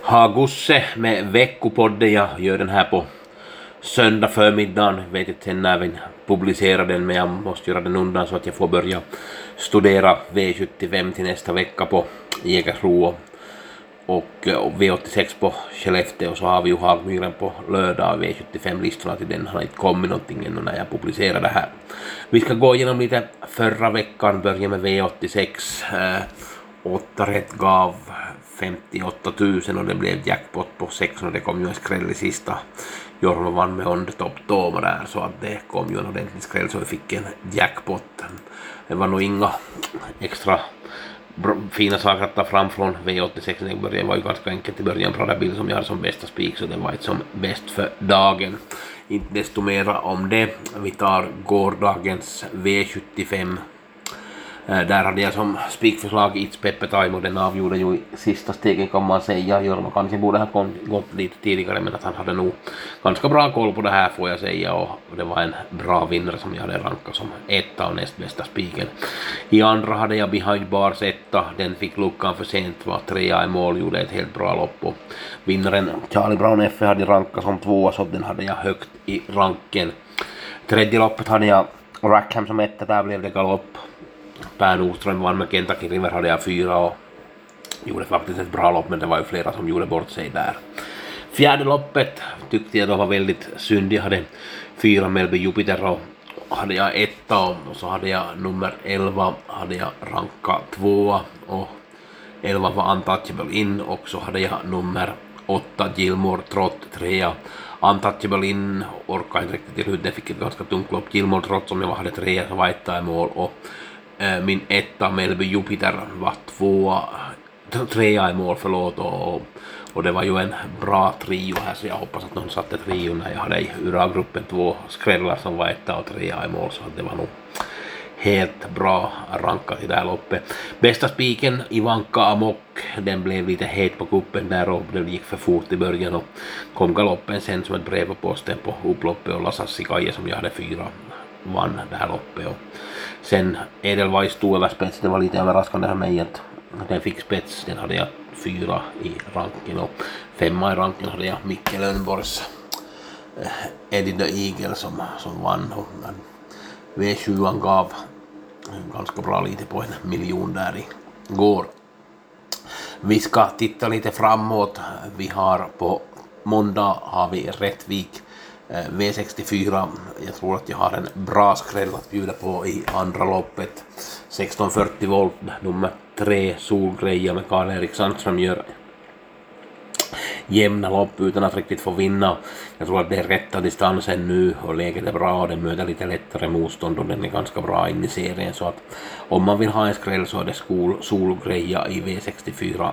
har Gusse med veckopodden. Jag gör den här på söndag förmiddagen. Vet inte när vi publicerar den, men jag måste göra den undan så att jag får börja studera V75 till nästa vecka på Jägersro och V86 på Skellefteå, och så har vi ju Hagmyren på lördag. V75-listorna till den har inte kommit någonting ännu när jag publicerar det här. Vi ska gå igenom lite förra veckan, börja med V86. 8 rätt gav 58 000 och det blev jackpot på 600. Det kom ju en skräll i sista. Jorma vann med on the top Toma där, så att det kom ju en ordentlig skräll så vi fick en jackpot. Det var nog inga extra fina saker att ta fram från V86. Det var ju ganska enkelt i början. Prada Bill som jag hade som bästa spik, så det var ett som bäst för dagen. Inte desto mera om det. Vi tar gårdagens V75. Där hade jag som spikförslag It's Peppe Time, och den avgjorde ju i sista stegen kan man säga. Jorma kanske borde ha gått lite tidigare, men att han hade nog ganska bra koll på det här får jag säga, och det var en bra vinnare som jag hade rankat som etta och näst bästa spiken. I andra hade jag Behind Bars etta, den fick luckan för sent, var 3 i mål, gjorde ett helt bra lopp, och vinnaren Charlie Brown F hade rankat som 2, så den hade jag högt i ranken. Tredje loppet hade jag Rackham som etta, där blev det galopp. Per Nordström vann med Kentucky River, hade jag 4 och gjorde faktiskt ett bra lopp, men det var ju flera som gjorde bort sig där. Fjärde loppet tyckte jag då var väldigt synd. Jag hade 4 Melby Jupiter och hade jag 1, och så hade jag nummer 11 hade jag rankat 2 och 11 var Untouchable In, och så hade jag nummer 8 Gilmore Trott 3. Untouchable In orkade inte riktigt till hur, det fick ett ganska tungt lopp. Gilmore Trott som jag hade 3 så var 1 i mål, och min 1 Melby Jupiter var 3 i mål, förlåt, och det var ju en bra trio här, så jag hoppas att någon satte trio när jag hade i URA-gruppen 2 skrällar som var 1 och 3 i mål, så det var nog helt bra rankat i det här loppet. Bästa spiken Ivanka Amok, den blev lite het på kuppen där och det gick för fort i början, och kom galoppen sen som ett brev på posten på upploppet, och Lasassi Kaje som jag hade 4 vann det här loppet. Och sen Edelweiss stod över spets, det var lite överraskande för mig att den fick spets. Den hade jag 4 i ranken, och 5 i ranken hade jag Micke Lönnborgs Eddie the Eagle som vann, och V7 gav ganska bra lite på 1 miljon där i går. Vi ska titta lite framåt. Vi har på måndag har vi Rättvik V64. Jag tror att jag har en bra skräll att bjuda på i andra loppet. 1640 volt nummer 3 Solgreja med Karl-Erik Sandström gör jämna lopp utan att riktigt få vinna. Jag tror att det är rätta distansen nu och läget är bra, och den möter lite lättare motstånd och den är ganska bra in i serien, så att om man vill ha en skräll så är det Solgreja i V64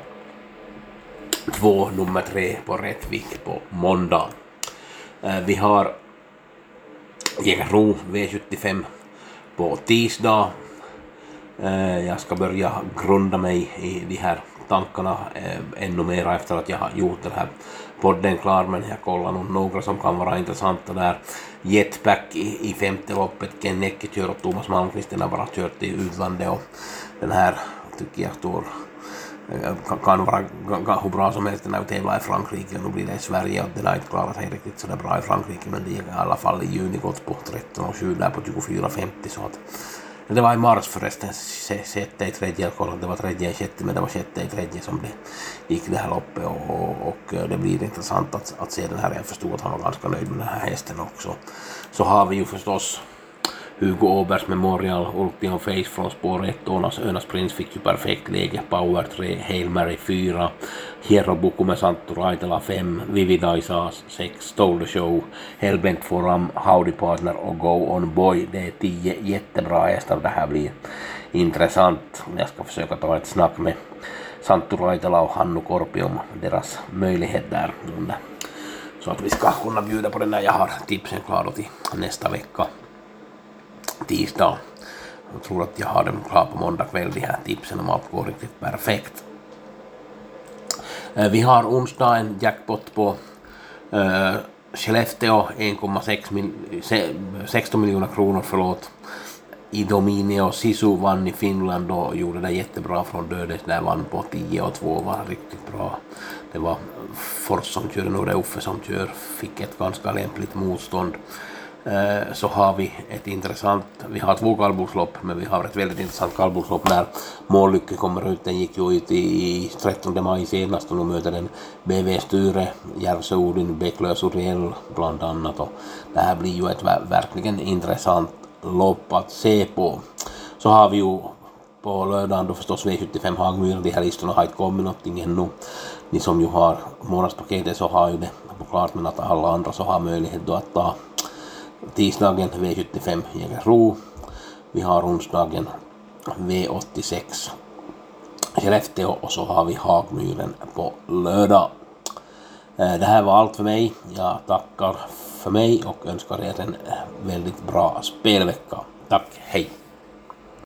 2 nummer 3 på Rättvik på måndag. Vi har Jägersro V75 på tisdag. Jag ska börja grunda mig i de här tankarna ännu mer efter att jag har gjort den här podden klar, men jag kollar nog några som kan vara intressanta där. Jetpack i 5:e loppet, Ken Näcki kör och Thomas Malmqvist har bara kört i utlandet, och den här tycker jag står kan vara hur bra som helst. Den är tävlar i Frankrike, och nu blir det i Sverige, och den har inte klarat sig riktigt så det är bra i Frankrike, men det är i alla fall i juni gått på 13,7 där på 24,50, så att det var i mars förresten, 6:e jag kollade, det var 3:e men det var 6:e som det gick det här loppet, och det blir intressant att se den här. Jag förstod att han var ganska nöjd med den här hästen också. Så har vi ju förstås Hugo Åbergs Memorial, Ultion Face från spår 1, Önas Prince fick ju perfekt läge, Power 3, Hail Mary 4, Hierro Buku med Santtu Raitala 5, Vivid Aisas 6, Stole the Show, Hellbent Forum, Howdy Partner och Go On Boy. Det är 10 jättebra hästar, det här blir intressant. Jag ska försöka ta ett snack med Santtu Raitala och Hannu Korpi om deras möjlighet där, så att vi ska kunna bjuda på den när jag har tipsen klara till nästa vecka. Tisdag. Jag tror att jag har dem klar på måndag kväll, de här tipsen, om allt går riktigt perfekt. Vi har onsdag en jackpot på Skellefteå 16 miljoner kronor, förlåt. Idominio Sisu vann i Finland och gjorde det jättebra från dödes. Där vann på 10-2, var riktigt bra. Det var Fors som körde, nu det Uffe som kör, fick ett ganska lämpligt motstånd. Så har vi vi har 2 kallblodslopp, men vi har ett väldigt intressant kallblodslopp när Mållycke kommer ut. Den gick ju ut i 13 maj senast och nu möter den BV Sture, Järvsö Odin, Bäcklös Uriel bland annat, och det här blir ju ett verkligen intressant lopp att se på. Så har vi ju på lördagen då förstås V75 Hagmyren. De här listorna har inte kommit någonting ännu. Ni som ju har månadspaketet så har ju det på klart, men att alla andra så har möjlighet då att ta tisdagen V75 Jägersro. Vi har onsdagen V86 Skellefteå och så har vi Hagmyren på lördag. Det här var allt för mig. Jag tackar för mig och önskar er en väldigt bra spelvecka. Tack, hej!